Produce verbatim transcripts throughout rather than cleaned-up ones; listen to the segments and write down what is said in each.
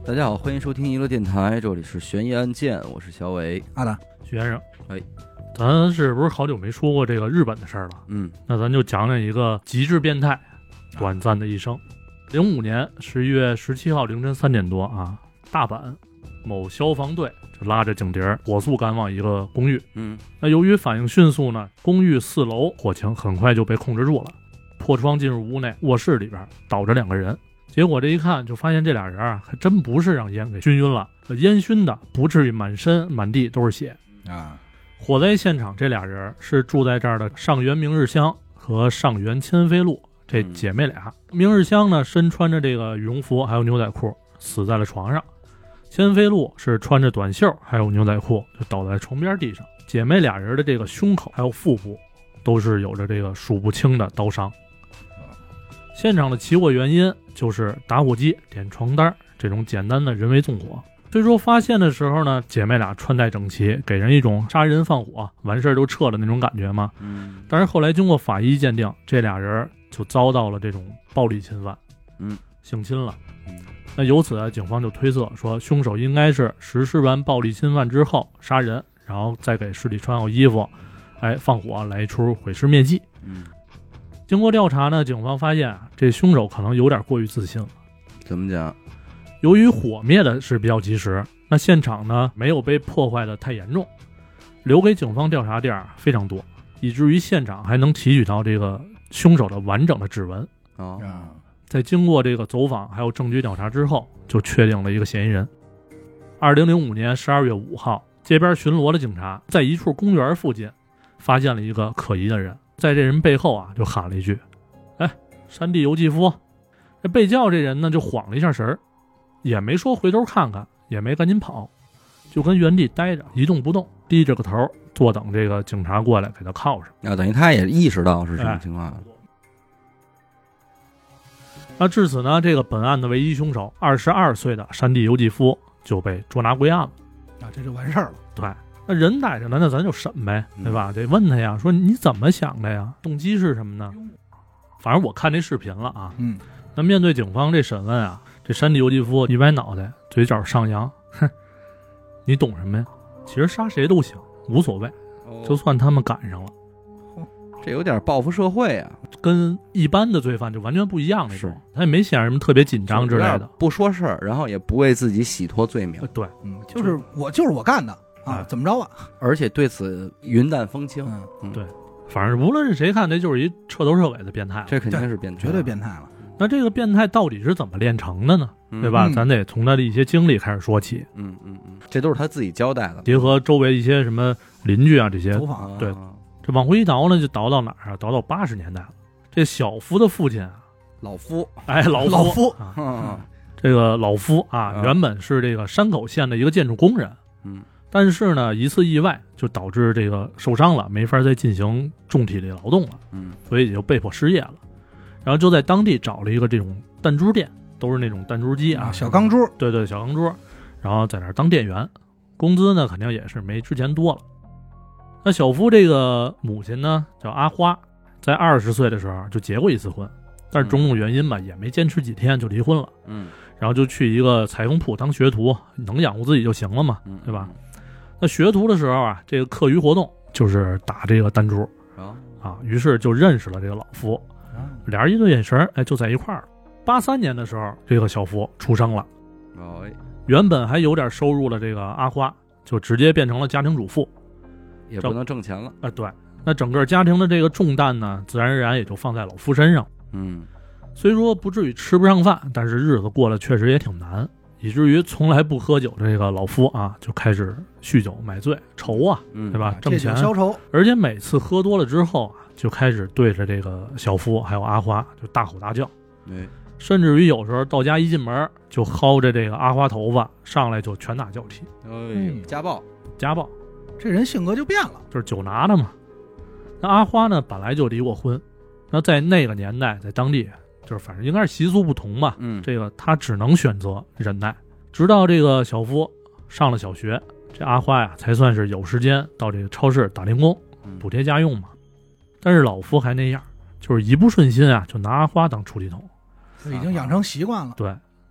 大家好，欢迎收听娱乐电台，这里是悬疑案件，我是小伟。 阿达， 徐先生， 哎， 咱是不是好久没说过这个日本的事儿了？ 嗯， 那咱就讲讲一个极致变态短暂的一生。零五年十一月十七号凌晨三点多啊，大阪某消防队就拉着警笛火速赶往一个公寓。 嗯， 那由于反应迅速呢，公寓四楼火情很快就被控制住了。破窗进入屋内，卧室里边倒着两个人。结果这一看就发现这俩人啊，还真不是让烟给熏晕了，烟熏的不至于满身满地都是血啊。 火灾现场这俩人是住在这儿的上原明日香和上原千飞路这姐妹俩。嗯、明日香呢身穿着这个羽绒服还有牛仔裤死在了床上，千飞路是穿着短袖还有牛仔裤就倒在床边地上。姐妹俩人的这个胸口还有腹部都是有着这个数不清的刀伤。现场的起火原因就是打火机点床单这种简单的人为纵火。虽说发现的时候呢，姐妹俩穿戴整齐，给人一种杀人放火完事儿就撤的那种感觉嘛。 嗯， 但是后来经过法医鉴定，这俩人就遭到了这种暴力侵犯， 嗯， 性侵了。 嗯， 那由此啊，警方就推测说，凶手应该是实施完暴力侵犯之后杀人，然后再给尸体穿好衣服，哎，放火来一出毁尸灭迹。 嗯。 经过调查呢，警方发现啊，这凶手可能有点过于自信了。 怎么讲？ 由于火灭的是比较及时，那现场呢没有被破坏的太严重，留给警方调查地儿非常多，以至于现场还能提取到这个凶手的完整的指纹。 哦， 在经过这个走访还有证据调查之后，就确定了一个嫌疑人。二零零五年十二月五号，街边巡逻的警察在一处公园附近发现了一个可疑的人。在这人背后啊，就喊了一句：“哎，山地游纪夫！”这被叫这人呢，就晃了一下神儿，也没说回头看看，也没赶紧跑，就跟原地待着，一动不动，低着个头，坐等这个警察过来给他铐上。 啊，等于他也意识到是什么情况。哎、 那至此呢，这个本案的唯一凶手，二十二岁的山地游纪夫就被捉拿归案了。 啊，这就完事儿了。 对。那人逮着呢，那咱就审呗，对吧？得问他呀，说你怎么想的呀？动机是什么呢？反正我看这视频了啊。 嗯。 那面对警方这审问啊，这山地游纪夫一歪脑袋，嘴角上扬，哼，你懂什么呀？其实杀谁都行，无所谓，就算他们赶上了。 哦、这有点报复社会啊， 跟一般的罪犯就完全不一样那种。他也没显什么特别紧张之类的， 不说事儿，然后也不为自己洗脱罪名。 对， 嗯，就是我就是我干的。啊，怎么着啊？ 而且对此云淡风轻。 嗯， 嗯对，反正无论是谁看，这就是一彻头彻尾的变态， 这肯定是变态， 绝对变态了。 那这个变态到底是怎么炼成的呢？嗯、对吧？咱得从他的一些经历开始说起。 嗯嗯嗯，这都是他自己交代的， 结合周围一些什么邻居啊这些走访。 对，这往回一倒呢，就倒到哪儿啊？倒到八十年代了。这小夫的父亲啊， 老夫， 哎，老夫， 老夫啊， 嗯、 这个老夫啊， 嗯、 原本是这个山口县的一个建筑工人。 嗯。 但是呢，一次意外就导致这个受伤了，没法再进行重体力劳动了， 嗯， 所以也就被迫失业了。然后就在当地找了一个这种弹珠店，都是那种弹珠机啊， 啊小钢珠， 对对，小钢珠，然后在那儿当店员，工资呢肯定也是没之前多了。那小夫这个母亲呢叫阿花，在二十岁的时候就结过一次婚，但是种种原因吧，也没坚持几天就离婚了， 嗯， 然后就去一个裁缝铺当学徒，能养活自己就行了嘛，对吧？那学徒的时候啊，这个课余活动就是打这个弹珠啊，啊，于是就认识了这个老夫，俩人一对眼神，哎，就在一块儿了。八三年的时候，这个小夫出生了， 哦， 原本还有点收入的这个阿花，就直接变成了家庭主妇， 也不能挣钱了。 啊，对，那整个家庭的这个重担呢，自然而然也就放在老夫身上。 嗯， 虽说不至于吃不上饭，但是日子过得确实也挺难。以至于从来不喝酒的这个老夫啊，就开始酗酒买醉，愁啊， 嗯、 对吧？挣钱消愁， 而且每次喝多了之后啊，就开始对着这个小夫还有阿花就大吼大叫， 对， 甚至于有时候到家一进门就薅着这个阿花头发上来就拳打脚踢， 哎，家暴， 家暴， 这人性格就变了， 就是酒拿的嘛。那阿花呢，本来就离过婚，那在那个年代，在当地。就是反正应该是习俗不同吧， 嗯， 这个他只能选择忍耐，直到这个小夫上了小学，这阿花呀才算是有时间到这个超市打零工，补贴家用嘛。但是老夫还那样，就是一不顺心啊，就拿阿花当出气筒， 已经养成习惯了。 对，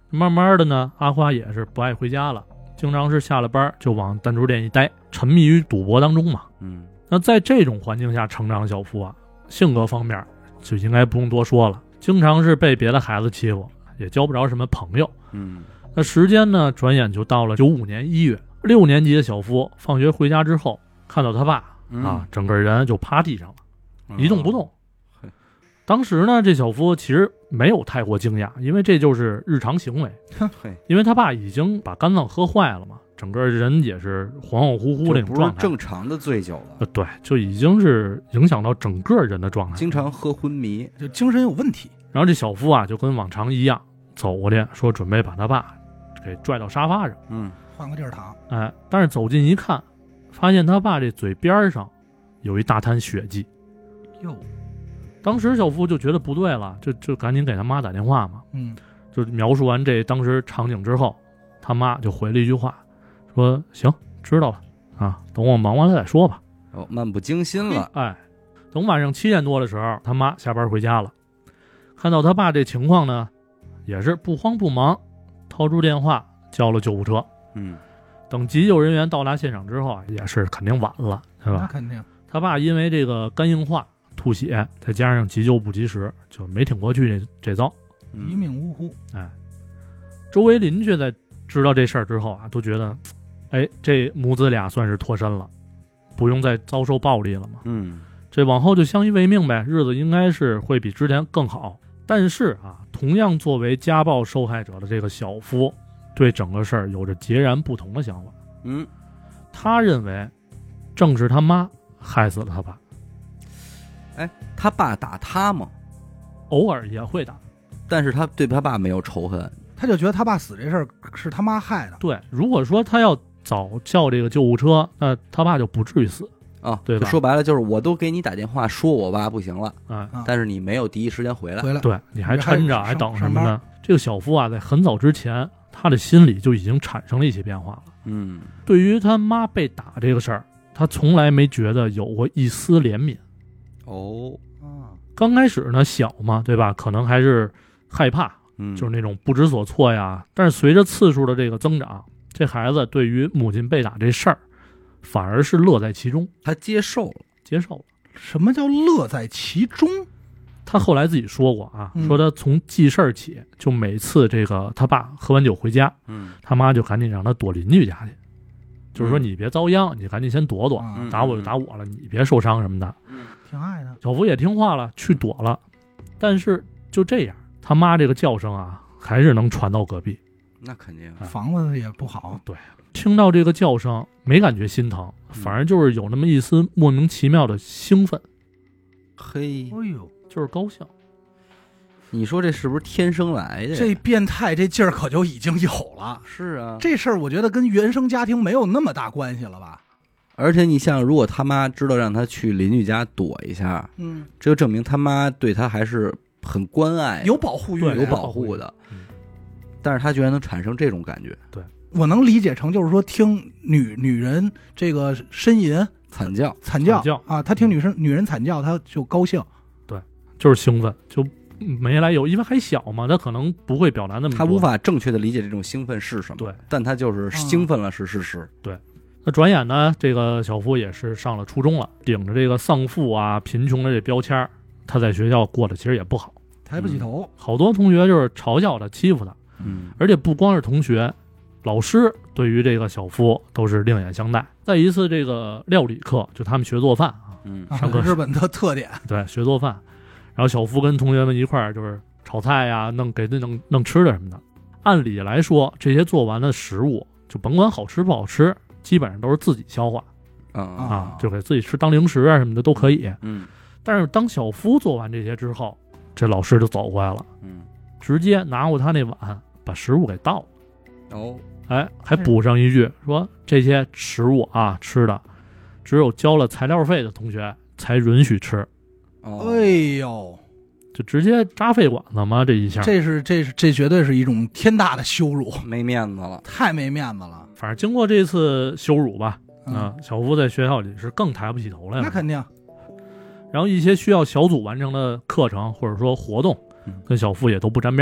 慢慢的呢，阿花也是不爱回家了，经常是下了班就往弹珠店一待，沉迷于赌博当中嘛。 嗯， 那在这种环境下成长的小夫啊，性格方面就应该不用多说了，经常是被别的孩子欺负，也交不着什么朋友。 嗯， 那时间呢，转眼就到了九五年一月，六年级的小夫放学回家之后，看到他爸、 嗯、 啊，整个人就趴地上了， 嗯、 一动不动。当时呢，这小夫其实没有太过惊讶，因为这就是日常行为。因为他爸已经把肝脏喝坏了嘛，整个人也是恍恍惚惚那种状态， 不是正常的醉酒了。 呃，对，就已经是影响到整个人的状态， 经常喝昏迷， 就精神有问题。 然后这小夫啊，就跟往常一样走过去，说准备把他爸给拽到沙发上， 嗯， 换个地儿躺。 哎，但是走近一看，发现他爸这嘴边上有一大滩血迹。 哟。 当时小夫就觉得不对了，就就赶紧给他妈打电话嘛。 嗯， 就描述完这当时场景之后，他妈就回了一句话，说：“行，知道了啊，等我忙完了再说吧。” 哦，漫不经心了。 哎，等晚上七点多的时候，他妈下班回家了，看到他爸这情况呢，也是不慌不忙，掏出电话叫了救护车。 嗯， 等急救人员到达现场之后啊，也是肯定晚了，是吧？ 那肯定。 他爸因为这个肝硬化。吐血，再加上急救不及时，就没挺过去这这遭， 一命呜呼。 哎，周围邻居在知道这事儿之后啊，都觉得，哎，这母子俩算是脱身了，不用再遭受暴力了嘛。 嗯， 这往后就相依为命呗，日子应该是会比之前更好。但是啊，同样作为家暴受害者的这个小夫，对整个事儿有着截然不同的想法。 嗯， 他认为，正是他妈害死了他爸。 哎，他爸打他吗？ 偶尔也会打， 但是他对他爸没有仇恨， 他就觉得他爸死这事儿是他妈害的。 对，如果说他要早叫这个救护车，那他爸就不至于死啊， 对吧？ 说白了就是我都给你打电话说我爸不行了， 啊、 嗯， 但是你没有第一时间回来， 回来， 对，你还抻着，还等什么呢？ 这这个小夫啊，在很早之前，他的心里就已经产生了一些变化了。 嗯， 对于他妈被打这个事儿，他从来没觉得有过一丝怜悯。 哦， 刚开始呢，小嘛，对吧？可能还是害怕， 嗯， 就是那种不知所措呀。但是随着次数的这个增长，这孩子对于母亲被打这事儿，反而是乐在其中， 他接受了， 接受了。 什么叫乐在其中？ 他后来自己说过啊， 嗯、 说他从记事儿起，就每次这个他爸喝完酒回家， 嗯， 他妈就赶紧让他躲邻居家去，就是说你别遭殃，你赶紧先躲躲， 嗯、 打我就打我了，你别受伤什么的。 嗯，挺爱的。 小福也听话了，去躲了。但是就这样，他妈这个叫声啊，还是能传到隔壁。 那肯定， 房子也不好。 对，听到这个叫声，没感觉心疼，反而就是有那么一丝莫名其妙的兴奋。 嘿， 哎呦， 就是高兴。 你说这是不是天生来的？ 这变态这劲儿可就已经有了。 是啊， 这事儿我觉得跟原生家庭没有那么大关系了吧？ 而且你像，如果他妈知道让他去邻居家躲一下， 嗯， 这就证明他妈对他还是很关爱， 有保护欲， 有保护的。 嗯， 但是他居然能产生这种感觉， 对， 我能理解成就是说听女女人这个呻吟、 惨叫、 惨叫惨叫啊，他听女生女人惨叫，他就高兴， 对，就是兴奋，就没来由，因为还小嘛，他可能不会表达那么多， 他无法正确的理解这种兴奋是什么， 对， 但他就是兴奋了是事实， 对。那转眼呢，这个小夫也是上了初中了，顶着这个丧父啊、贫穷的这标签，他在学校过得其实也不好， 抬不起头， 好多同学就是嘲笑他、欺负他， 嗯， 而且不光是同学，老师对于这个小夫都是另眼相待。在一次这个料理课，就他们学做饭啊， 嗯， 上课日本的特点， 对，学做饭，然后小夫跟同学们一块儿就是炒菜呀、弄给那弄弄吃的什么的。按理来说，这些做完的食物，就甭管好吃不好吃，基本上都是自己消化啊啊，就给自己吃当零食啊什么的都可以。 嗯， 但是当小夫做完这些之后，这老师就走过来了， 嗯， 直接拿过他那碗，把食物给倒了。 哦， 哎，还补上一句说这些食物啊吃的，只有交了材料费的同学才允许吃。 哦， 哎呦， 就直接扎肺管子吗？这一下， 这是这是这绝对是一种天大的羞辱， 没面子了， 太没面子了。 反正经过这次羞辱吧， 嗯、 啊，小夫在学校里是更抬不起头来了。 那肯定。 然后一些需要小组完成的课程或者说活动，跟小夫也都不沾边了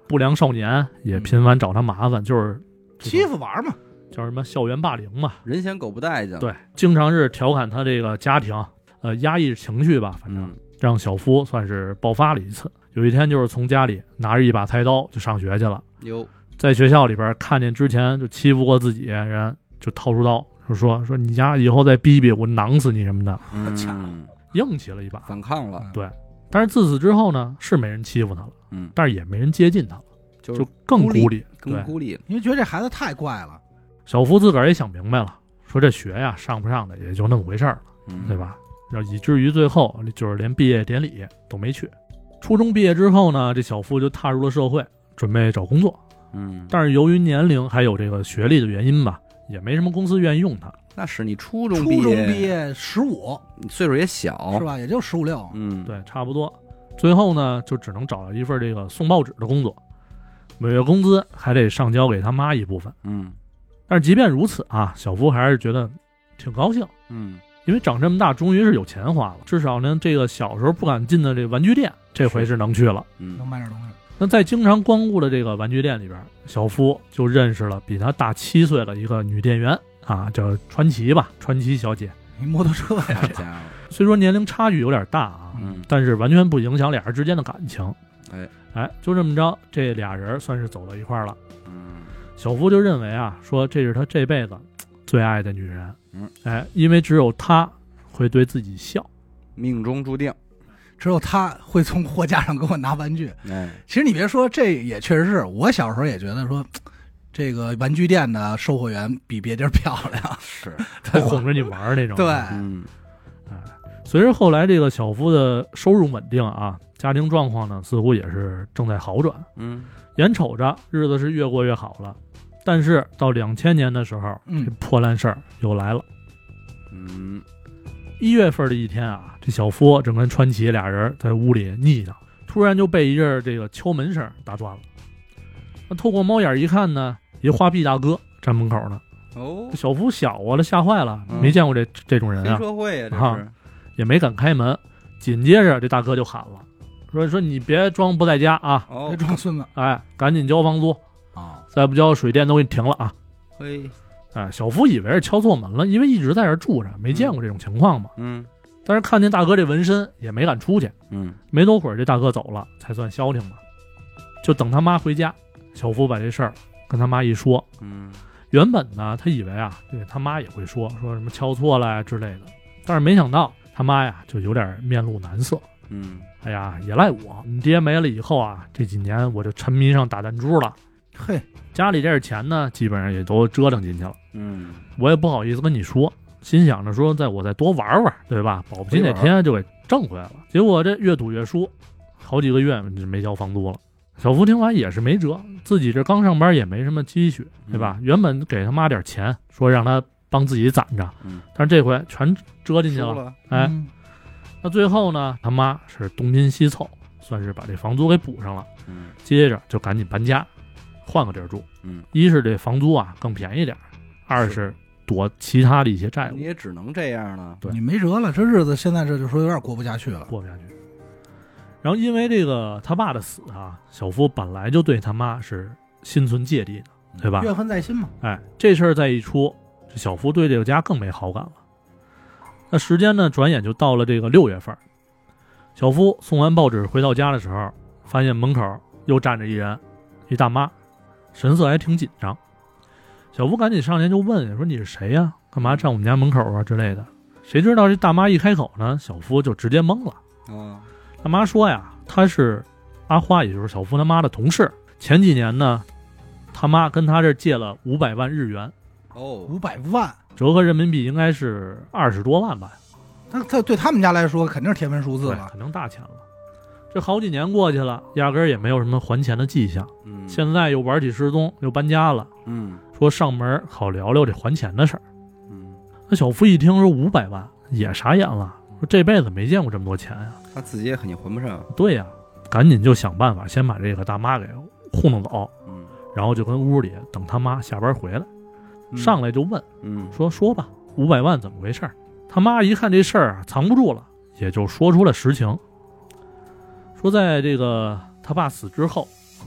不良少年也频繁找他麻烦，就是欺负玩嘛， 叫什么校园霸凌嘛， 人嫌狗不待见。 对，经常是调侃他这个家庭，呃，压抑情绪吧，反正、 嗯、 让小夫算是爆发了一次。有一天就是从家里拿着一把菜刀就上学去了， 哟， 在学校里边看见之前就欺负过自己人，就掏出刀就说说你家以后再逼逼我囊死你什么的， 嗯， 硬气了一把， 反抗了。 对，但是自此之后呢，是没人欺负他了， 嗯， 但是也没人接近他了， 就就更孤立， 更孤立， 因为觉得这孩子太怪了。 小福自个儿也想明白了，说这学呀上不上的也就那么回事儿了， 嗯、 对吧？然后以至于最后就是连毕业典礼都没去。初中毕业之后呢，这小夫就踏入了社会，准备找工作。 嗯， 但是由于年龄还有这个学历的原因吧，也没什么公司愿意用他。 那是你初中初毕业， 中毕业十五， 你岁数也小， 是吧？也就十五六。 嗯， 对，差不多。最后呢，就只能找到一份这个送报纸的工作，每月工资还得上交给他妈一部分。 嗯， 但是即便如此啊，小夫还是觉得挺高兴。 嗯， 因为长这么大，终于是有钱花了。至少呢，这个小时候不敢进的这个玩具店，这回是能去了， 嗯， 能买点东西。 那在经常光顾的这个玩具店里边，小夫就认识了比他大七岁的一个女店员啊，叫传奇吧，传奇小姐。 一摩托车呀， 这家伙， 虽说年龄差距有点大啊， 嗯， 但是完全不影响俩人之间的感情。 哎哎，就这么着，这俩人算是走到一块儿了。 嗯， 小夫就认为啊，说这是他这辈子最爱的女人。 嗯， 哎，因为只有她会对自己笑， 命中注定。 只有他会从货架上给我拿玩具。 哎， 其实你别说，这也确实是我小时候也觉得说，这个玩具店的售货员比别地儿漂亮， 是都哄着你玩儿那种。 对， 嗯， 哎，随着后来这个小夫的收入稳定啊，家庭状况呢似乎也是正在好转。 嗯， 眼瞅着日子是越过越好了，但是到两千年的时候， 嗯这破烂事儿又来了。 嗯， 一月份的一天啊，这小夫正跟川崎俩人在屋里腻呢，突然就被一阵这个敲门声打断了。那透过猫眼一看呢，一花臂大哥站门口呢。 哦， 小夫小啊了，吓坏了， 嗯没见过这这种人黑啊， 社会呀，这啊是， 也没敢开门。紧接着这大哥就喊了，说说你别装不在家啊， 哦别，装孙子哎，赶紧交房租， 啊！ 再不交水电都给你停了啊！ 嘿， 哎，小夫以为是敲错门了，因为一直在这儿住着，没见过这种情况嘛。 嗯但是看见大哥这纹身，也没敢出去。 嗯， 没多会儿，这大哥走了，才算消停吧。就等他妈回家，小夫把这事儿跟他妈一说。 嗯， 原本呢，他以为啊，这个他妈也会说说什么敲错了呀之类的，但是没想到他妈呀就有点面露难色。 嗯， 哎呀，也赖我，你爹没了以后啊，这几年我就沉迷上打弹珠了， 嘿， 家里这点钱呢，基本上也都折腾进去了。 嗯， 我也不好意思跟你说，心想着说，在我再多玩玩，对吧？保不齐哪天就给挣回来了。结果这越赌越输，好几个月没交房租了。小福听完也是没辙，自己这刚上班也没什么积蓄，对吧？原本给他妈点钱，说让他帮自己攒着， 嗯， 但是这回全折进去了。 了， 哎， 嗯那最后呢，他妈是东拼西凑，算是把这房租给补上了。 嗯接着就赶紧搬家，换个地儿住。 嗯， 一是这房租啊更便宜点儿，二是躲其他的一些债务你。也只能这样了。 对你没辙了，这日子现在这就说有点过不下去了。 过不下去。然后因为这个他爸的死啊，小夫本来就对他妈是心存芥蒂的，对吧？ 怨恨在心嘛。 哎，这事儿再一出，这小夫对这个家更没好感了。那时间呢，转眼就到了这个六月份。小夫送完报纸回到家的时候，发现门口又站着一人，一大妈，神色还挺紧张。小夫赶紧上前就问，说你是谁呀、干嘛站我们家门口啊之类的。谁知道这大妈一开口呢，小夫就直接懵了。 啊， 大妈说呀，她是阿花，也就是小夫他妈的同事。前几年呢，他妈跟他这借了五百万日元， 哦， 五百万， 折合人民币应该是二十多万吧。 那他对他们家来说肯定是天文数字对， 了。 肯定大钱了。这好几年过去了，压根儿也没有什么还钱的迹象。 嗯， 现在又玩起失踪，又搬家了， 嗯说上门好聊聊这还钱的事儿。 嗯， 那小夫一听说五百万，也傻眼了，说这辈子没见过这么多钱呀、 他自己也肯定还不上。 对呀、赶紧就想办法先把这个大妈给糊弄走， 嗯， 然后就跟屋里等他妈下班回来， 嗯上来就问嗯说说吧，五百万怎么回事儿？他妈一看这事儿啊藏不住了，也就说出了实情。说在这个他爸死之后，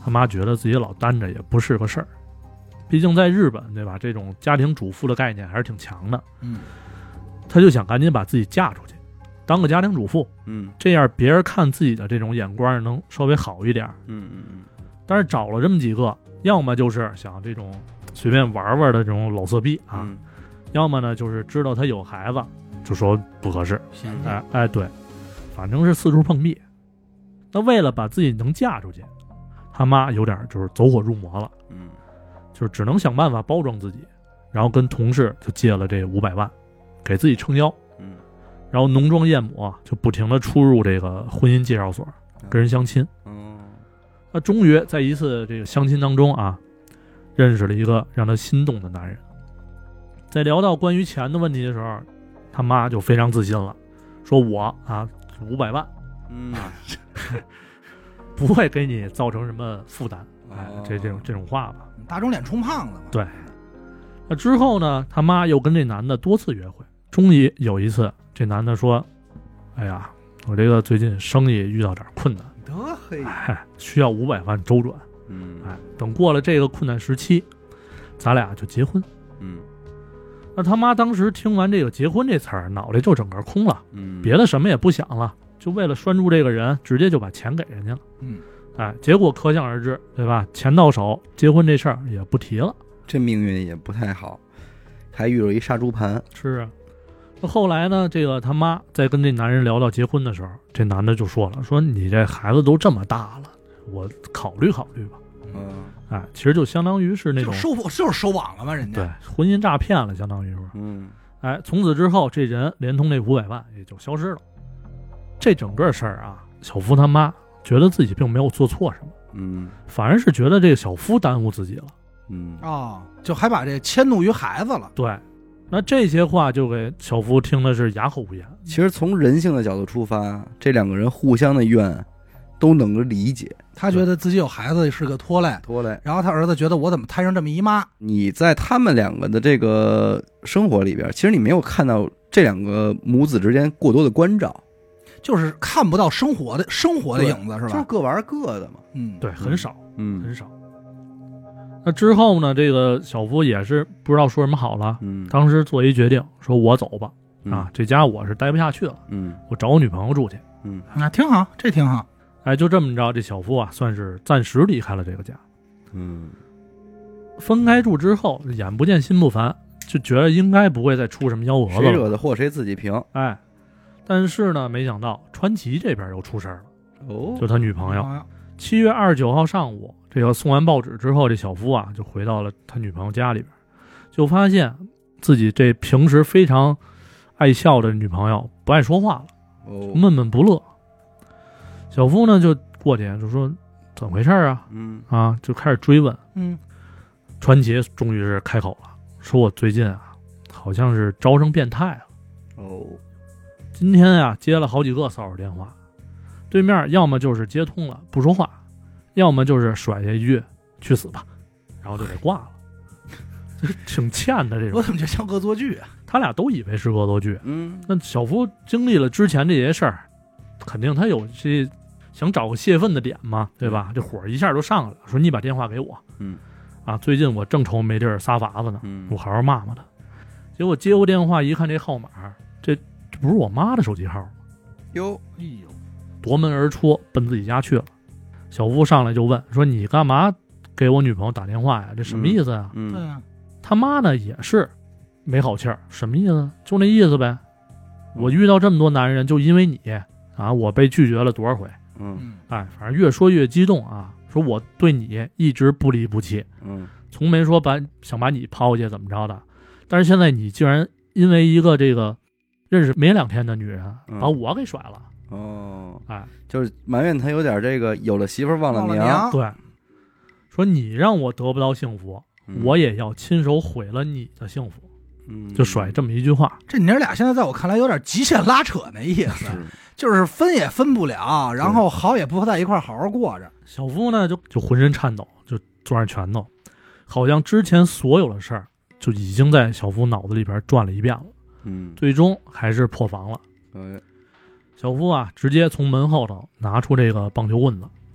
他妈觉得自己老单着也不是个事儿，毕竟在日本，对吧？这种家庭主妇的概念还是挺强的。 嗯， 他就想赶紧把自己嫁出去，当个家庭主妇。 嗯这样别人看自己的这种眼光能稍微好一点。 嗯嗯但是找了这么几个，要么就是想这种随便玩玩的这种老色逼啊， 嗯要么呢就是知道他有孩子，就说不合适。 嫌弃哎哎，对，反正是四处碰壁。那为了把自己能嫁出去，他妈有点就是走火入魔了， 嗯就是只能想办法包装自己，然后跟同事就借了这五百万，给自己撑腰， 嗯然后浓妆艳抹，就不停的出入这个婚姻介绍所跟人相亲。 哦那终于在一次这个相亲当中啊，认识了一个让他心动的男人。在聊到关于钱的问题的时候，他妈就非常自信了，说我啊五百万嗯不会给你造成什么负担，哎， 哦这这种这种话吧。 打肿脸充胖子嘛。 对那之后呢，他妈又跟这男的多次约会，终于有一次，这男的说：“哎呀，我这个最近生意遇到点困难， 得嘿， 哎，需要五百万周转。 嗯哎，等过了这个困难时期，咱俩就结婚。” 嗯那他妈当时听完这个结婚这词儿，脑袋就整个空了， 嗯别的什么也不想了，就为了拴住这个人，直接就把钱给人家了。 嗯， 哎，结果可想而知，对吧？钱到手，结婚这事儿也不提了。 这命运也不太好，还遇到一杀猪盘。 是啊。那后来呢，这个他妈在跟这男人聊到结婚的时候，这男的就说了，说你这孩子都这么大了，我考虑考虑吧。 嗯哎，其实就相当于是那种就收就是收网了嘛，人家对婚姻诈骗了，相当于是。 嗯哎，从此之后，这人连同这五百万也就消失了。这整个事儿啊，小夫他妈觉得自己并没有做错什么， 嗯反而是觉得这个小夫耽误自己了。 嗯哦，就还把这迁怒于孩子了。 对，那这些话就给小夫听的是哑口无言。 其实从人性的角度出发，这两个人互相的怨都能够理解。 他觉得自己有孩子是个拖累， 拖累然后他儿子觉得我怎么摊上这么一妈？ 你在他们两个的这个生活里边，其实你没有看到这两个母子之间过多的关照， 就是看不到生活的生活的影子，是就是吧？ 各玩各的嘛。 嗯， 对，很少， 嗯很少。那之后呢，这个小夫也是不知道说什么好了， 嗯当时做一决定，说我走吧， 嗯啊，这家我是待不下去了， 嗯我找我女朋友住去。 嗯那挺好，这挺好。 哎，就这么着，这小夫啊，算是暂时离开了这个家。 嗯分开住之后，眼不见心不烦，就觉得应该不会再出什么幺蛾子谁惹了。 的祸谁自己平。 哎，但是呢，没想到川崎这边又出事儿了， 哦就他女朋友。 朋友七月二十九号上午，这个送完报纸之后，这小夫啊就回到了他女朋友家里边，就发现自己这平时非常爱笑的女朋友不爱说话了， 哦闷闷不乐。小夫呢就过去就说怎么回事啊？ 嗯啊，就开始追问。 嗯， 川崎终于是开口了，说我最近啊好像是招生变态了。 哦今天啊接了好几个骚扰电话，对面要么就是接通了不说话，要么就是甩下一句去死吧，然后就给挂了。这挺欠的这种， 我怎么就像恶作剧啊？ 他俩都以为是恶作剧。 嗯那小夫经历了之前这些事儿，肯定他有些想找个泄愤的点嘛，对吧？这火一下就上来了，说你把电话给我， 嗯啊，最近我正愁没地儿撒法子呢， 嗯我好好骂骂他。结果接过电话一看这号码，这这不是我妈的手机号吗？ 哟哎呦， 夺门而出，奔自己家去了。小夫上来就问说：“你干嘛给我女朋友打电话呀？这什么意思呀？” 对嗯啊， 他妈呢也是没好气儿，什么意思？就那意思呗。我遇到这么多男人，就因为你啊，我被拒绝了多少回？ 嗯嗯， 哎，反正越说越激动啊，说我对你一直不离不弃， 嗯从没说把想把你抛下怎么着的。但是现在你竟然因为一个这个认识没两天的女人， 嗯把我给甩了。 哦， 哎， 就是埋怨他有点这个有了媳妇儿忘了忘了娘对，说你让我得不到幸福， 嗯我也要亲手毁了你的幸福， 嗯就甩这么一句话。 这娘俩现在在我看来有点极限拉扯那意思， 是就是分也分不了，然后好也不在一块儿好好过着。 小夫呢就就浑身颤抖，就攥着拳头，好像之前所有的事儿就已经在小夫脑子里边转了一遍了， 嗯最终还是破防了。 哎小夫啊，直接从门后头拿出这个棒球棍子，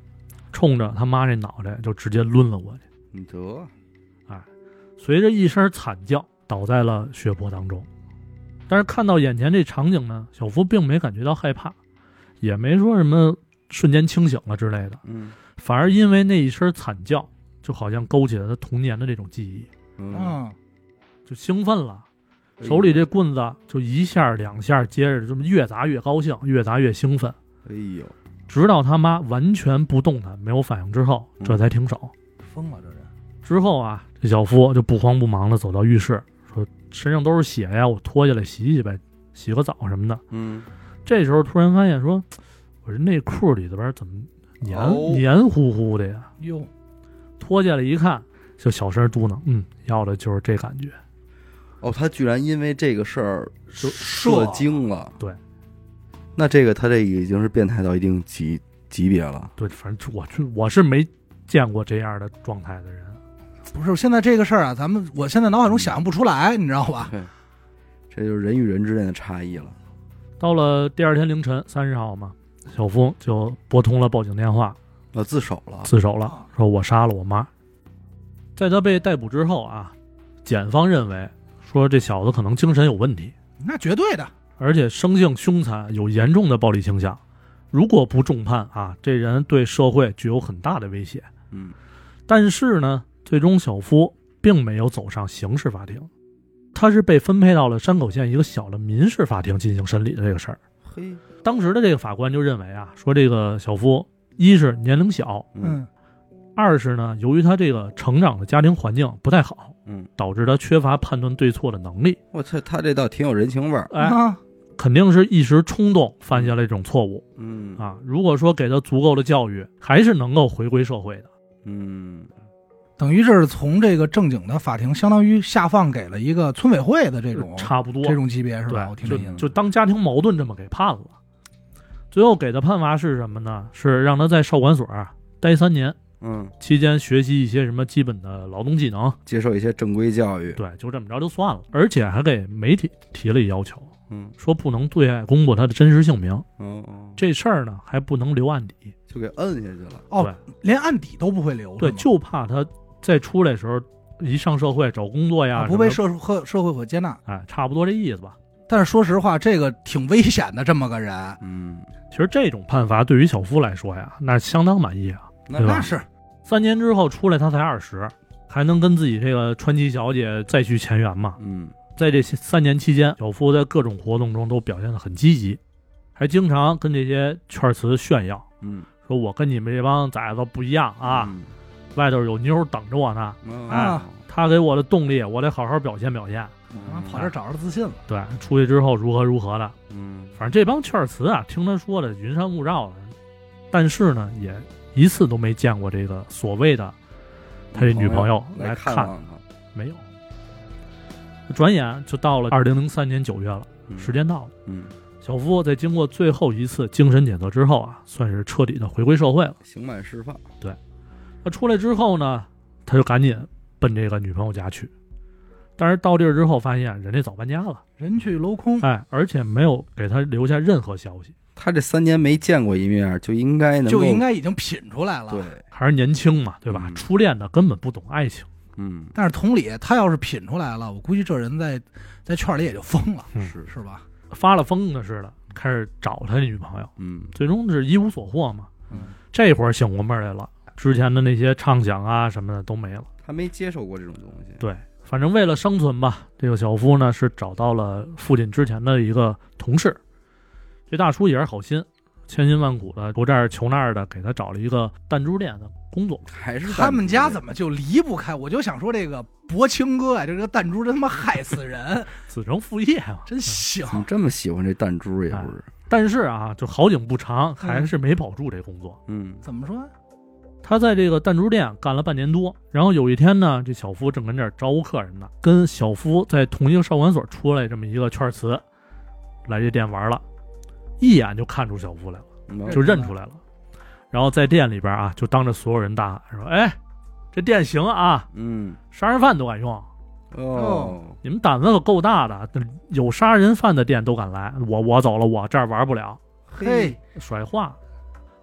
冲着他妈这脑袋就直接抡了过去。 你得， 哎，随着一声惨叫，倒在了血泊当中。但是看到眼前这场景呢，小夫并没感觉到害怕，也没说什么瞬间清醒了之类的， 嗯， 反而因为那一声惨叫，就好像勾起了他童年的这种记忆， 嗯， 嗯， 就兴奋了。手里这棍子就一下两下接着这么越砸越高兴，越砸越兴奋， 哎呦， 直到他妈完全不动弹没有反应之后，这才停手。 疯了这人。 之后啊，这小夫就不慌不忙的走到浴室，说身上都是血呀，我脱下来洗洗呗，洗个澡什么的。 嗯， 这时候突然发现说，我这内裤里边怎么黏、 哦、 黏糊糊的呀？ 哟， 脱下来一看，就小声嘟囔，嗯，要的就是这感觉。 哦，他居然因为这个事儿就射精了。 对， 那这个他这已经是变态到一定级级别了。 对，反正我我是没见过这样的状态的人。 不是，现在这个事儿啊，咱们我现在脑海中想象不出来，你知道吧？ 对，这就是人与人之间的差异了。 到了第二天凌晨三十号嘛，小峰就拨通了报警电话， 呃，自首了， 自首了，说我杀了我妈。在他被逮捕之后啊，检方认为说这小子可能精神有问题， 那绝对的， 而且生性凶残，有严重的暴力倾向。如果不重判啊，这人对社会具有很大的威胁。 嗯， 但是呢，最终小夫并没有走上刑事法庭，他是被分配到了山口县一个小的民事法庭进行审理的这个事儿。 嘿， 当时的这个法官就认为啊，说这个小夫一是年龄小， 嗯， 二是呢，由于他这个成长的家庭环境不太好， 嗯， 导致他缺乏判断对错的能力。 我操，他这倒挺有人情味儿。 哎， 啊， 肯定是一时冲动犯下了这种错误嗯啊。如果说给他足够的教育，还是能够回归社会的。 嗯， 等于这是从这个正经的法庭，相当于下放给了一个村委会的这种差不多这种级别是吧？我对， 听这意思就就当家庭矛盾这么给判了。最后给的判罚是什么呢？是让他在少管所啊待三年， 嗯， 期间学习一些什么基本的劳动技能， 接受一些正规教育。 对，就这么着就算了。而且还给媒体提了一要求， 嗯， 说不能对外公布他的真实姓名。 哦哦， 这事儿呢还不能留案底。 就给摁下去了。 哦， 对连案底都不会留， 对， 是吗就怕他再出来的时候，一上社会找工作呀， 啊不被什么社会社会所接纳。 哎，差不多这意思吧。 但是说实话，这个挺危险的，这么个人， 嗯， 其实这种判罚对于小夫来说呀，那相当满意啊。 那对吧那是三年之后出来，他才二十，还能跟自己这个传奇小姐再续前缘嘛？ 嗯， 在这三年期间，小夫在各种活动中都表现得很积极，还经常跟这些圈词炫耀， 嗯说我跟你们这帮崽子不一样啊， 嗯外头有妞等着我呢。 哦啊他给我的动力，我得好好表现表现。 啊，跑这儿找着自信了。 对，出去之后如何如何的， 嗯， 反正这帮圈词啊，听他说的云山雾罩的，但是呢，也一次都没见过这个所谓的他这女朋友来看， 看望他。 没有。转眼就到了二零零三年九月了， 嗯时间到了。 嗯， 小夫在经过最后一次精神检测之后啊，算是彻底的回归社会了。 刑满释放。 他出来之后呢，他就赶紧奔这个女朋友家去，但是到地儿之后发现人家早搬家了， 人去楼空， 哎，而且没有给他留下任何消息。 他这三年没见过一面，就应该能够就应该已经品出来了。 对， 还是年轻嘛，对吧？ 嗯初恋的根本不懂爱情。 嗯， 但是同理，他要是品出来了，我估计这人在在圈里也就疯了， 嗯是， 是吧？ 发了疯的似的，开始找他女朋友， 嗯最终是一无所获嘛。 嗯， 这会儿醒过味儿来了，之前的那些畅想啊什么的都没了。 他没接受过这种东西。 对，反正为了生存吧，这个小夫呢是找到了父亲之前的一个同事，这大叔也是好心，千辛万苦的求这儿求那儿的给他找了一个弹珠店的工作。 还是他们家么怎么就离不开？我就想说，这个薄情哥啊，这个弹珠真他妈害死人， 子承父业嘛， 真行。 怎么这么喜欢这弹珠？也不是。 但是啊，就好景不长，还是没保住这工作。 嗯怎么说？ 他在这个弹珠店干了半年多，然后有一天呢，这小夫正跟这儿招呼客人呢，跟小夫在同一个少管所出来这么一个圈词，来这店玩了，一眼就看出小夫来了， 嗯， 就认出来了。然后在店里边啊，就当着所有人大喊说：“哎，这店行啊， 嗯杀人犯都敢用， 哦， 你们胆子可够大的，有杀人犯的店都敢来，我我走了，我这儿玩不了。” 嘿， 甩话。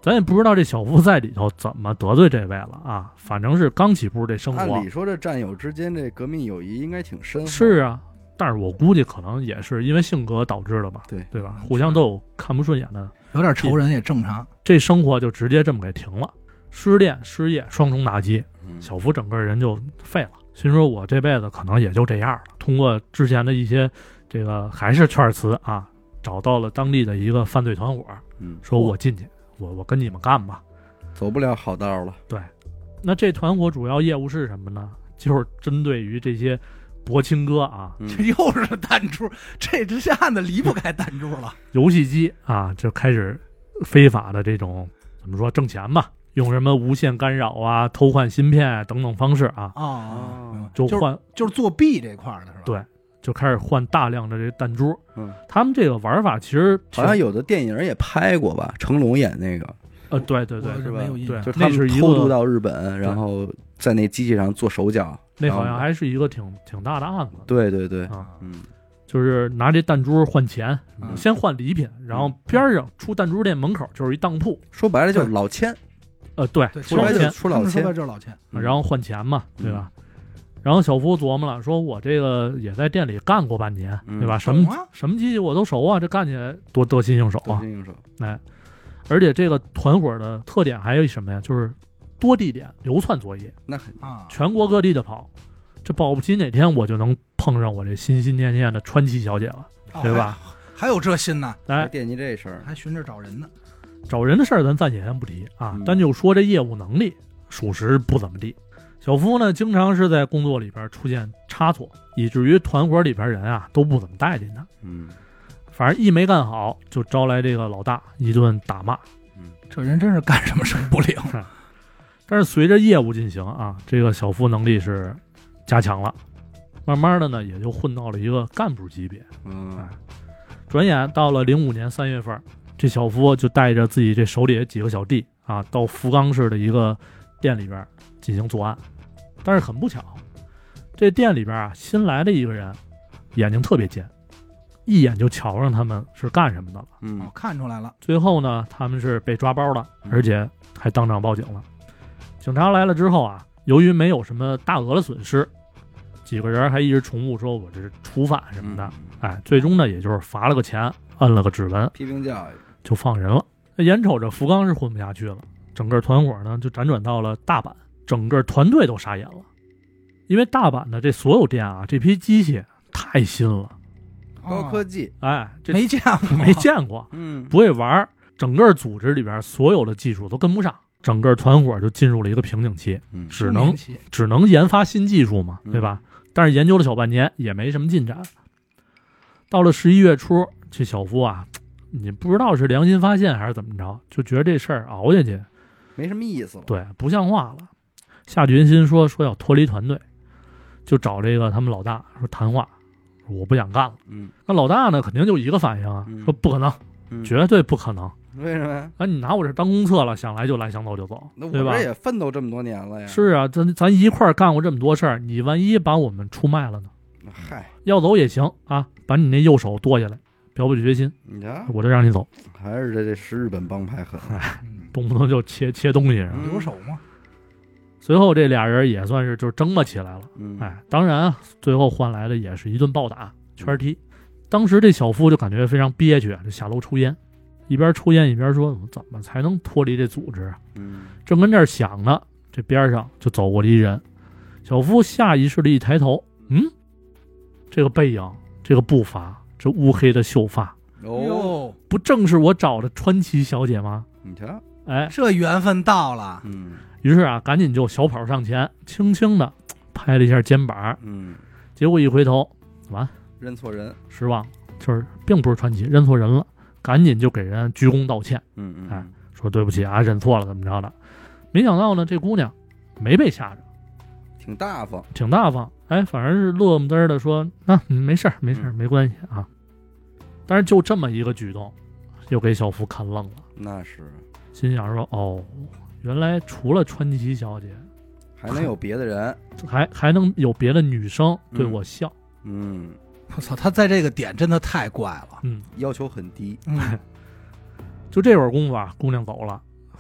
咱也不知道这小夫在里头怎么得罪这位了啊，反正是刚起步这生活。 按理说这战友之间这革命友谊应该挺深厚。 是啊，但是我估计可能也是因为性格导致的吧， 对对吧？互相都有看不顺眼的， 有点仇人也正常。 这生活就直接这么给停了，失恋失业双重打击， 嗯小福整个人就废了。心说我这辈子可能也就这样了。通过之前的一些这个还是圈词啊，找到了当地的一个犯罪团伙， 嗯， 说我进去，我我跟你们干吧。 走不了好道了。 对，那这团伙主要业务是什么呢？就是针对于这些博青哥啊， 嗯这又是弹珠，这这这案子离不开弹珠了。 游戏机啊，就开始非法的这种怎么说挣钱吧，用什么无线干扰啊、偷换芯片啊等等方式啊， 哦， 就换就是作弊这块的是吧？ 对，就开始换大量的这弹珠。 嗯， 他们这个玩法其实好像有的电影也拍过吧，成龙演那个， 呃，对对对我，是吧对没有印象。 就是他那是一们偷渡个到日本，然后在那机器上做手脚。 那好像还是一个挺挺大的案子。 对对对， 啊， 嗯， 就是拿这弹珠换钱， 嗯先换礼品，然后边上出弹珠店门口就是一当铺， 说白了就是老千， 呃，对， 对， 出老千说白了就是，出老他们说千的，就是老千。 嗯然后换钱嘛，对吧？然后小福琢磨了，说我这个也在店里干过半年， 嗯对吧？什么懂啊什么机器我都熟啊，这干起来多得心应手啊！ 得心应手。 哎，而且这个团伙的特点还有一什么呀？就是多地点流窜作业， 那很啊， 全国各地的跑。这保不齐哪天我就能碰上我这心心念念的川崎小姐了， 哦对吧？ 还有这心呢， 哎， 还惦记这事儿。 还寻着找人呢。 找人的事儿咱暂且先不提啊， 嗯单就说这业务能力，属实不怎么地。小夫呢，经常是在工作里边出现差错，以至于团伙里边人啊都不怎么待见他。 嗯反正一没干好，就招来这个老大一顿打骂。 嗯， 这人真是干什么什么不灵。 但是随着业务进行啊，这个小夫能力是加强了，慢慢的呢，也就混到了一个干部级别。 嗯转眼到了零五年三月份，这小夫就带着自己这手里的几个小弟啊，到福冈市的一个店里边进行作案。但是很不巧，这店里边啊新来的一个人，眼睛特别尖，一眼就瞧上他们是干什么的了。 哦嗯， 看出来了。 最后呢，他们是被抓包了，而且还当场报警了。警察来了之后啊，由于没有什么大额的损失，几个人还一直重复说我这是初犯什么的。 嗯哎，最终呢，也就是罚了个钱，摁了个指纹， 批评教育。 就放人了。那眼瞅着福冈是混不下去了，整个团伙呢就辗转到了大阪，整个团队都傻眼了，因为大阪的这所有店啊，这批机器太新了， 高科技。 哎，这没见过， 没见过， 嗯， 不会玩儿，整个组织里边所有的技术都跟不上，整个团伙就进入了一个瓶颈期， 嗯只能只能研发新技术嘛， 嗯对吧？但是研究了小半年也没什么进展。到了十一月初，这小夫啊，你不知道是良心发现还是怎么着，就觉得这事儿熬下去， 没什么意思了。 对，不像话了。下决心说说要脱离团队，就找这个他们老大说谈话，说我不想干了。 嗯那老大呢，肯定就一个反应啊， 嗯说不可能， 嗯， 绝对不可能。 为什么呀？ 啊，你拿我这当公厕了，想来就来，想走就走， 那我对吧这？也奋斗这么多年了呀。 是啊，咱咱一块儿干过这么多事儿，你万一把我们出卖了呢？ 嗨， 要走也行啊，把你那右手剁下来，表表决心， 你瞧， 我就让你走， 还是这这是日本帮派狠。 嗯动不动就切切东西。 嗯留手嘛。 随后这俩人也算是就争吧起来了。 嗯， 哎，当然啊，最后换来的也是一顿暴打、圈踢。当时这小夫就感觉非常憋屈，就下楼抽烟，一边抽烟一边说：“我怎么才能脱离这组织啊？” 嗯正跟这儿想呢，这边上就走过了一人。小夫下意识的一抬头，嗯，这个背影，这个步伐，这乌黑的秀发， 哦， 哟， 不正是我找的川崎小姐吗？ 你瞧， 哎， 这缘分到了。 嗯于是啊，赶紧就小跑上前，轻轻的拍了一下肩膀。 嗯， 结果一回头，完， 认错人。 失望，就是并不是川崎，认错人了，赶紧就给人鞠躬道歉， 嗯嗯， 哎说对不起啊，认错了，怎么着的。没想到呢，这姑娘没被吓着， 挺大方。 挺大方，哎，反而是乐么滋儿的说：“啊，嗯没事儿，没事儿， 嗯没关系啊。”但是就这么一个举动，又给小福看愣了， 那是， 心想说：“哦，原来除了川崎小姐， 还能有别的人。 还还能有别的女生对我笑。 嗯， 我操，他在这个点真的太怪了。 嗯， 要求很低。 嗯， 就这会儿功夫啊，姑娘走了，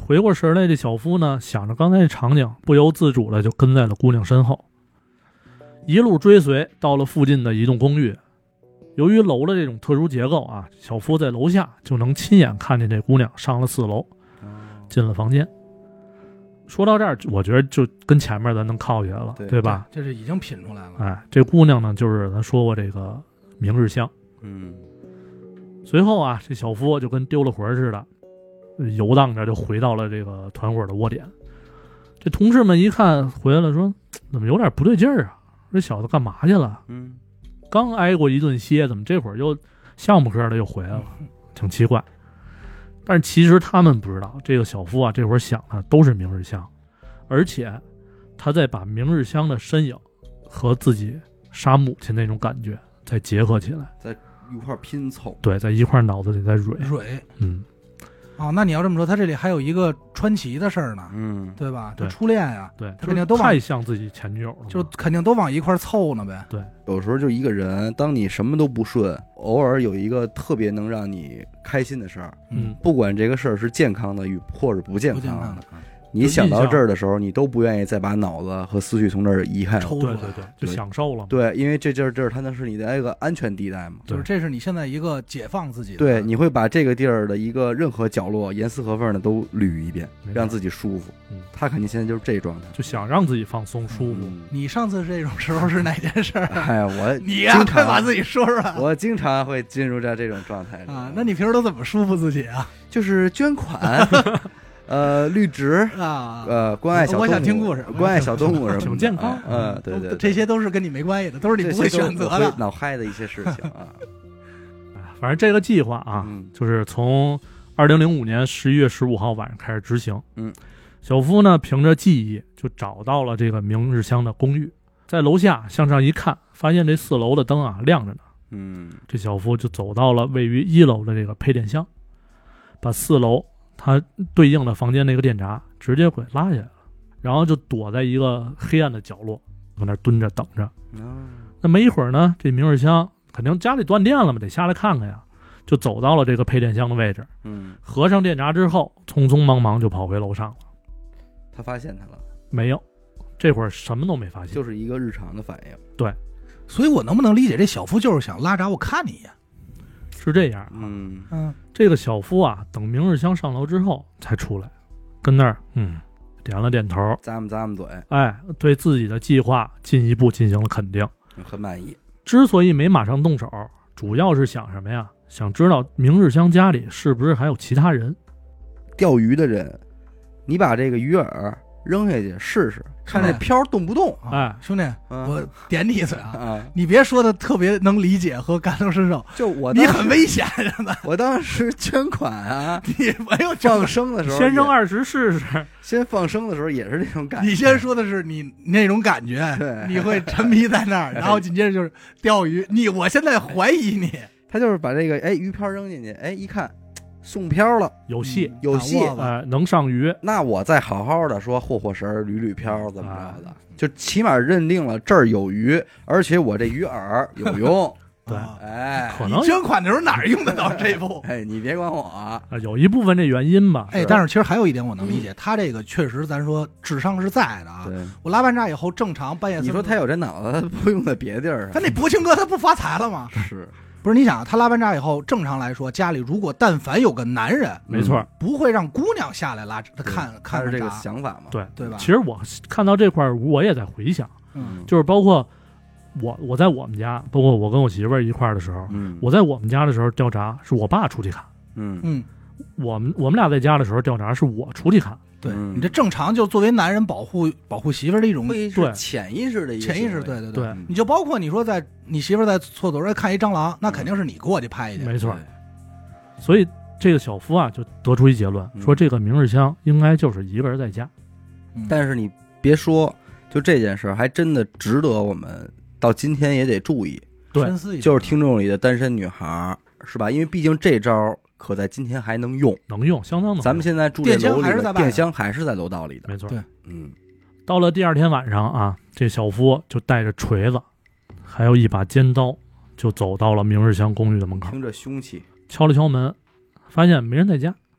回过神来，这小夫呢想着刚才这场景，不由自主的就跟在了姑娘身后，一路追随到了附近的一栋公寓。由于楼的这种特殊结构啊，小夫在楼下就能亲眼看见这姑娘上了四楼，进了房间。说到这儿，我觉得就跟前面咱能靠起来了， 对, 对吧？ 这是已经品出来了。 哎，这姑娘呢，就是咱说过这个明日香。 嗯， 随后啊，这小夫就跟丢了魂似的，游荡着就回到了这个团伙的窝点。这同事们一看回来了，说怎么有点不对劲儿啊？这小子干嘛去了？ 嗯， 刚挨过一顿歇，怎么这会儿又项目科的又回来了？挺奇怪。但是其实他们不知道，这个小夫啊，这会儿想的都是明日香，而且他在把明日香的身影和自己杀母亲那种感觉再结合起来， 在一块拼凑。 对，在一块脑子里在蕊蕊。 嗯， 哦，那你要这么说，他这里还有一个传奇的事儿呢， 嗯， 对吧？ 对他初恋呀、 对， 他肯定都往太像自己前女友了嘛， 就肯定都往一块儿凑呢呗。 对， 有时候就一个人，当你什么都不顺，偶尔有一个特别能让你开心的事儿， 嗯， 不管这个事儿是健康的与或者不健康的， 不健康的你想到这儿的时候，你都不愿意再把脑子和思绪从这儿移开了。 抽出来。 对对对，就对享受了嘛。 对，因为这地儿这儿它那是你的一个安全地带嘛。 就是这是你现在一个解放自己的。 对，你会把这个地儿的一个任何角落严丝合缝的都捋一遍， 没错让自己舒服。 嗯， 他肯定现在就是这状态， 就想让自己放松舒服。 嗯你上次这种时候是哪件事儿？ 哎，我你呀、 经常快把自己说出来。 我经常会进入在这种状态里啊，那你平时都怎么舒服自己啊？ 就是捐款，呃，绿植， 啊， 呃，关爱小动物， 我想听故事关爱小动物什么的， 挺健康嗯，对对，对这些都是跟你没关系的，都是你不会选择的。 这些都我会脑嗨的一些事情啊。 哎反正这个计划啊， 嗯就是从二零零五年十一月十五号晚上开始执行。 嗯， 小夫呢凭着记忆就找到了这个明日香的公寓，在楼下向上一看，发现这四楼的灯啊亮着呢。 嗯， 这小夫就走到了位于一楼的这个配电箱，把四楼他对应的房间那个电闸直接给拉下来了，然后就躲在一个黑暗的角落，搁那蹲着等着。 哦那没一会儿呢，这明日香肯定家里断电了嘛，得下来看看呀，就走到了这个配电箱的位置， 嗯， 合上电闸之后，匆匆忙忙就跑回楼上了。 他发现他了， 没有，这会儿什么都没发现。 就是一个日常的反应。 对， 所以我能不能理解这小夫就是想拉闸我看你一眼？ 是这样啊。 嗯嗯， 这个小夫啊，等明日香上楼之后才出来，跟那儿嗯点了点头， 咂摸咂摸嘴， 哎，对自己的计划进一步进行了肯定。 很满意。 之所以没马上动手，主要是想什么呀？想知道明日香家里是不是还有其他人。 钓鱼的人，你把这个鱼饵扔下去试试，看这漂动不动。 啊哎兄弟， 嗯我点你一嘴啊， 啊， 你别说的特别能理解和感同身受， 就我你当很危险，真的， 我当时捐款啊， 你没有放生的时候先扔也， 二十试试。 先放生的时候也是这种感觉。 你先说的是你那种感觉， 对你会沉迷在那儿，然后紧接着就是钓鱼。你，我现在怀疑你他就是把这个哎鱼漂扔进去，哎一看送漂了， 有戏， 有戏， 打窝子哎，能上鱼。 那我再好好的说霍霍神儿捋捋漂怎么着的， 啊就起码认定了这儿有鱼，而且我这鱼饵有用。 对啊哎， 可能你捐款的时候哪儿用得到这步？ 哎，你别管我啊， 啊，有一部分这原因吧。 哎，但是其实还有一点我能理解，他这个确实咱说智商是在的啊。 对， 我拉完闸以后，正常半夜你说他有这脑子，他不用在别地儿啊？ 他那博清哥他不发财了吗？ 是不是，你想他拉完闸以后，正常来说家里如果但凡有个男人， 没错， 不会让姑娘下来拉他看看他是这个闸想法嘛？ 对对吧？ 其实我看到这块儿，我也在回想， 嗯就是包括我我在我们家，包括我跟我媳妇儿一块儿的时候， 嗯， 我在我们家的时候调闸是我爸出去看， 嗯嗯， 我们我们俩在家的时候调闸是我出去看。 对嗯你这正常就作为男人保护保护媳妇儿的一种会对是潜意识的一个潜意识， 行为对对对嗯你就包括你说在你媳妇儿在厕所上看一蟑螂，那肯定是你过去拍去， 没错， 对所以这个小夫啊就得出一结论， 嗯说这个明日香应该就是一个人在家。 嗯但是你别说，就这件事儿还真的值得我们到今天也得注意， 对深思一下， 就是听众里的单身女孩儿，是吧？因为毕竟这招儿可在今天还能用。 能用，相当能用。 咱们现在住这电箱楼里的还是在外头电箱还是在楼道里的， 没错。 对嗯， 到了第二天晚上啊，这小夫就带着锤子，还有一把尖刀，就走到了明日香公寓的门口， 听着凶气， 敲了敲门，发现没人在家， 嗯，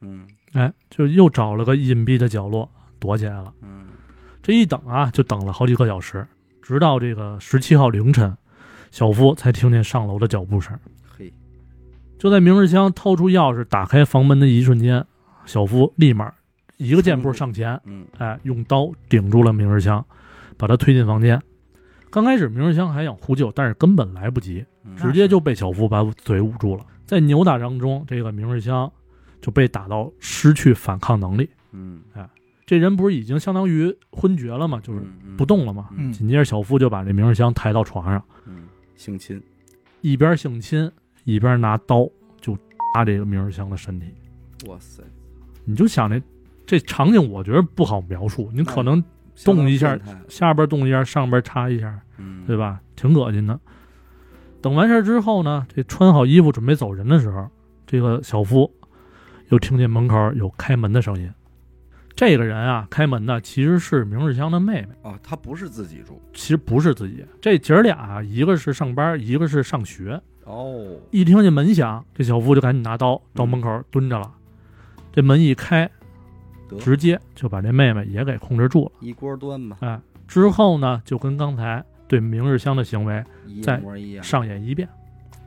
哎，就又找了个隐蔽的角落躲起来了。 嗯， 这一等啊，就等了好几个小时，直到这个十七号凌晨，小夫才听见上楼的脚步声。 嘿， 就在明日香掏出钥匙打开房门的一瞬间，小夫立马一个箭步上前， 嗯， 哎，用刀顶住了明日香，把他推进房间。刚开始明日香还想呼救，但是根本来不及， 嗯直接就被小夫把嘴捂住了。在扭打当中，这个明日香就被打到失去反抗能力。 嗯， 这人不是已经相当于昏厥了吗？就是不动了吗？ 嗯紧接着小夫就把这明日香抬到床上， 嗯，性侵， 一边性侵一边拿刀就扎这个明日香的身体。 哇塞， 你就想这这场景，我觉得不好描述。你可能动一下，下边动一下，上边插一下， 嗯， 对吧？挺恶心的。等完事之后呢，这穿好衣服准备走人的时候，这个小夫又听见门口有开门的声音。这个人啊，开门的其实是明日香的妹妹。 哦，他不是自己住， 其实不是自己，这姐儿俩啊，一个是上班，一个是上学。 哦， 一听见门响，这小夫就赶紧拿刀到门口蹲着了。嗯、这门一开，直接就把这妹妹也给控制住了， 一锅端吧。 哎，之后呢，就跟刚才对明日香的行为再上演一遍。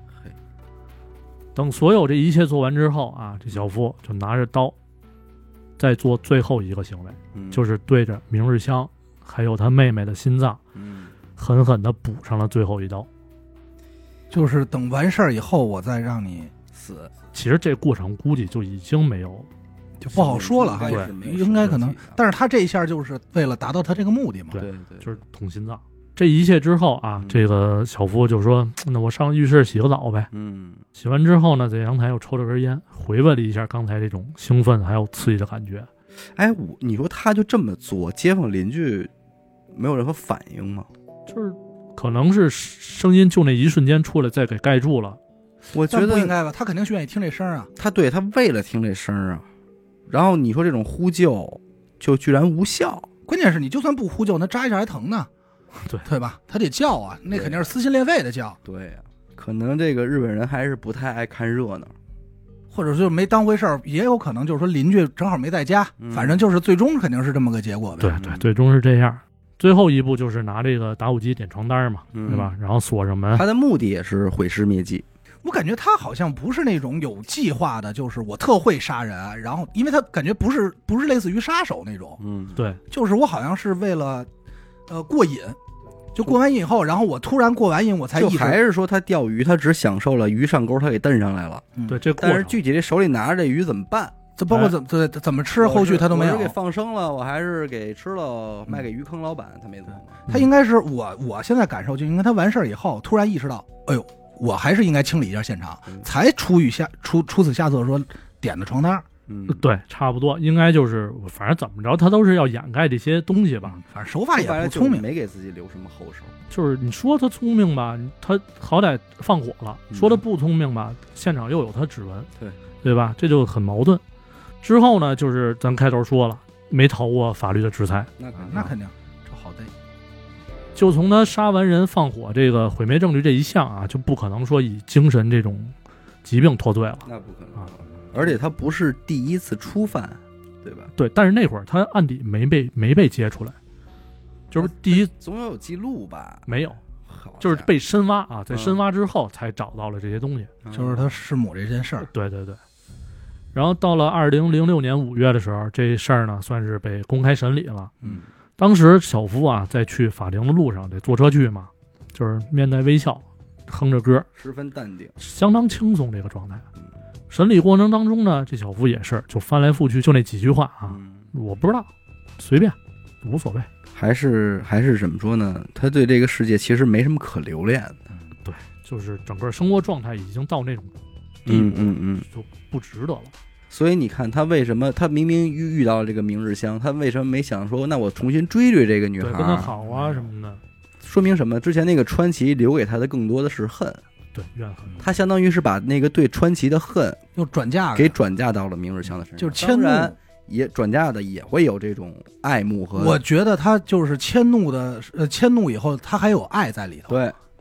等所有这一切做完之后啊，这小夫就拿着刀，再做最后一个行为， 嗯、 就是对着明日香还有他妹妹的心脏， 嗯， 狠狠地补上了最后一刀。 就是等完事儿以后，我再让你死。 其实这过程估计就已经没有， 就不好说了哈。 对， 应该可能，但是他这一下就是为了达到他这个目的嘛。 对对，就是捅心脏。这一切之后啊，嗯、这个小夫就说：“那我上浴室洗个澡呗。” 嗯， 洗完之后呢，在阳台又抽了根烟，回味了一下刚才这种兴奋还有刺激的感觉。 哎，我你说他就这么做，街坊邻居没有任何反应吗？ 就是可能是声音就那一瞬间出来，再给盖住了。 我觉得不应该吧，他肯定是愿意听这声啊。 他对他为了听这声啊，然后你说这种呼救就居然无效。 关键是你就算不呼救，那扎一下还疼呢。 对对吧？他得叫啊，那肯定是撕心裂肺的叫。 对呀、啊，可能这个日本人还是不太爱看热闹， 或者说没当回事儿，也有可能就是说邻居正好没在家， 嗯、 反正就是最终肯定是这么个结果呗。 对对，最终是这样。最后一步就是拿这个打火机点床单嘛， 嗯、 对吧？然后锁上门。 他的目的也是毁尸灭迹。 我感觉他好像不是那种有计划的，就是我特会杀人，然后因为他感觉不是不是类似于杀手那种， 嗯， 对， 就是我好像是为了呃过瘾。就过完瘾以后，然后我突然过完瘾，我才意识就还是说他钓鱼，他只享受了鱼上钩，他给蹬上来了。 嗯、对，这但是具体这手里拿着这鱼怎么办？ 这包括怎怎怎么吃，后续他都没有。 我是给放生了，我还是给吃了，卖给鱼坑老板，他没做。 他应该是我，我现在感受就应该他完事儿以后，突然意识到，哎呦，我还是应该清理一下现场， 嗯、 才出于下出出此下策说点的床单。 嗯， 对，差不多，应该就是反正怎么着，他都是要掩盖这些东西吧。 嗯、反正手法也不聪明， 没给自己留什么后手。 就是你说他聪明吧，他好歹放火了； 嗯、 说他不聪明吧，现场又有他指纹， 对对吧？这就很矛盾。之后呢，就是咱开头说了，没逃过法律的制裁。 那肯定， 那肯定，这好歹。 就从他杀完人放火这个毁灭证据这一项啊，就不可能说以精神这种疾病脱罪了。 那不可能啊！而且他不是第一次初犯，对吧？ 对，但是那会儿他案底没被没被揭出来，就是第一总有记录吧？ 没有，就是被深挖啊，在深挖之后才找到了这些东西， 嗯、就是他弑母这件事儿。 对对对。然后到了二零零六年五月的时候，这事儿呢算是被公开审理了。 嗯， 当时小夫啊在去法庭的路上得坐车去嘛，就是面带微笑，哼着歌， 十分淡定， 相当轻松这个状态。审理过程当中呢，这小夫也是就翻来覆去就那几句话啊， 嗯、 我不知道，随便，无所谓。 还是还是怎么说呢？他对这个世界其实没什么可留恋的。 嗯，对，就是整个生活状态已经到那种地步， 嗯嗯嗯， 就不值得了。 所以你看，他为什么他明明遇遇到了这个明日香，他为什么没想说，那我重新追追这个女孩， 跟他好啊什么的？ 说明什么？之前那个川崎留给他的更多的是恨。 对，怨恨。 他相当于是把那个对川崎的恨又转嫁给转嫁到了明日香的身上， 就是迁怒， 也转嫁的也会有这种爱慕和。 我觉得他就是迁怒的，呃，迁怒以后他还有爱在里头。 对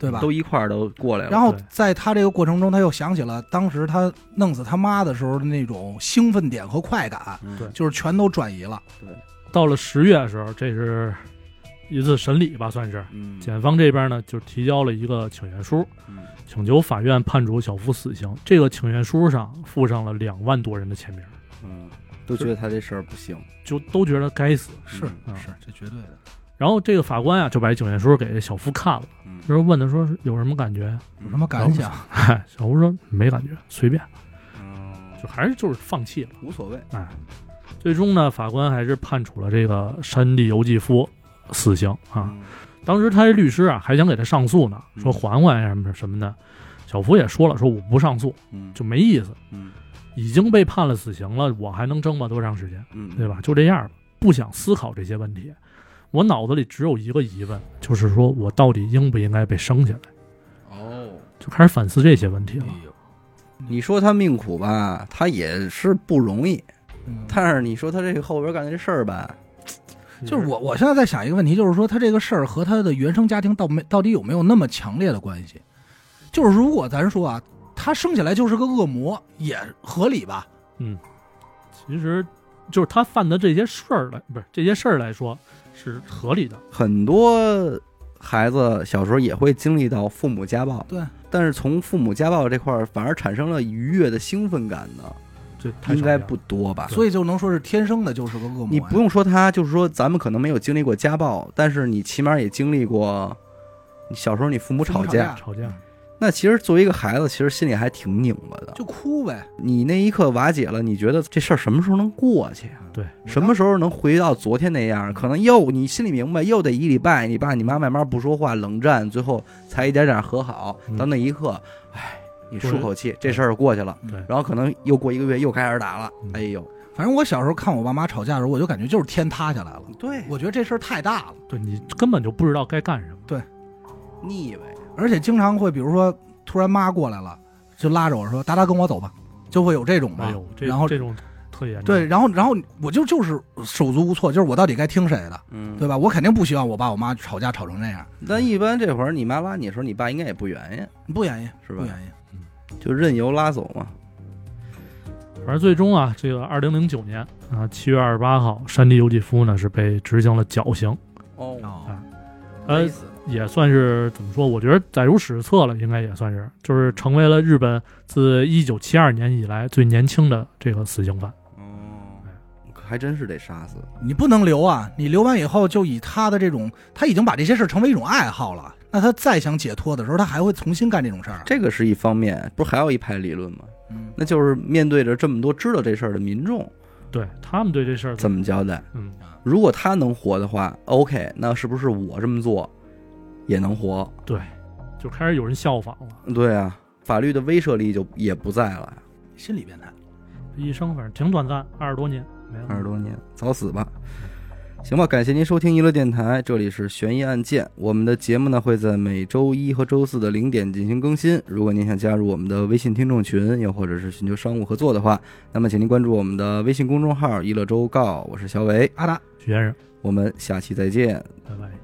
对吧？ 都一块儿都过来了。 然后对在他这个过程中，他又想起了当时他弄死他妈的时候的那种兴奋点和快感， 嗯对就是全都转移了。 到了十月的时候，这是一次审理吧，算是嗯检方这边呢就提交了一个请愿书， 嗯请求法院判处小夫死刑。这个请愿书上附上了两万多人的签名， 嗯，都觉得他这事儿不行。 就都觉得该死。 是嗯是，这绝对的。 然后这个法官啊就把请愿书给小夫看了， 嗯就是问他说有什么感觉？ 有什么感想？ 哎，小夫说没感觉，随便， 嗯， 就还是就是放弃了。 无所谓。 哎，最终呢，法官还是判处了这个山地游纪夫死刑啊。 嗯当时他这律师啊还想给他上诉呢，说缓缓什么什么的。小福也说了，说我不上诉嗯就没意思， 嗯已经被判了死刑了，我还能争吧多长时间， 嗯， 对吧？就这样吧，不想思考这些问题。我脑子里只有一个疑问，就是说我到底应不应该被生下来？ 哦， 就开始反思这些问题了。 哎呦， 你说他命苦吧，他也是不容易。 嗯但是你说他这个后边干的这事儿吧， 就是我我现在在想一个问题，就是说他这个事儿和他的原生家庭到没到底有没有那么强烈的关系？就是如果咱说啊，他生下来就是个恶魔，也合理吧？ 嗯，其实就是他犯的这些事儿来，不是这些事儿来说是合理的。 很多孩子小时候也会经历到父母家暴， 对， 但是从父母家暴这块儿反而产生了愉悦的兴奋感的， 这太少见了应该不多吧？ 所以就能说是天生的就是个恶魔呀。 你不用说他，就是说咱们可能没有经历过家暴，但是你起码也经历过，你小时候你父母吵父母架， 吵架， 那其实作为一个孩子，其实心里还挺拧巴的。 就哭呗。 你那一刻瓦解了，你觉得这事儿什么时候能过去啊？ 对， 什么时候能回到昨天那样？可能又你心里明白，又得一礼拜，你爸你妈慢慢不说话，冷战，最后才一点点和好。 嗯到那一刻，哎，你舒口气，这事儿过去了。 对， 然后可能又过一个月，又开始打了。 嗯哎呦， 反正我小时候看我爸妈吵架的时候，我就感觉就是天塌下来了。 对， 我觉得这事儿太大了， 对你根本就不知道该干什么。 腻歪。 而且经常会，比如说突然妈过来了，就拉着我说：“达达跟我走吧。”就会有这种嘛。 哎呦，这然后这种特严重。 对，然后然后我就就是手足无措，就是我到底该听谁的， 嗯， 对吧？我肯定不希望我爸我妈吵架吵成这样， 但一般这会儿你妈拉你的时候，你爸应该也不原因， 不愿意， 是吧不愿意。 就任由拉走嘛。 反正最终啊，这个二零零九年啊七月二十八号，山地游纪夫呢是被执行了绞刑， 哦哦， 呃，也算是怎么说？我觉得载入史册了，应该也算是，就是成为了日本自一九七二年以来最年轻的这个死刑犯。 哦，还真是得杀死。 你不能留啊！你留完以后，就以他的这种，他已经把这些事儿成为一种爱好了。那他再想解脱的时候，他还会重新干这种事儿。 这个是一方面，不是还有一派理论吗？ 嗯， 那就是面对着这么多知道这事儿的民众， 对他们对这事儿怎么交代？ 嗯， 如果他能活的话 ，OK，那是不是我这么做也能活？ 对，就开始有人效仿了。 对啊，法律的威慑力就也不在了。 心理变态。 一生反正挺短暂，二十多年，没了。 二十多年，早死吧。行吧，感谢您收听娱乐电台，这里是悬疑案件。我们的节目呢会在每周一和周四的零点进行更新。如果您想加入我们的微信听众群，又或者是寻求商务合作的话，那么请您关注我们的微信公众号“娱乐周告”。我是小伟， 阿达。 许先生， 我们下期再见。 拜拜。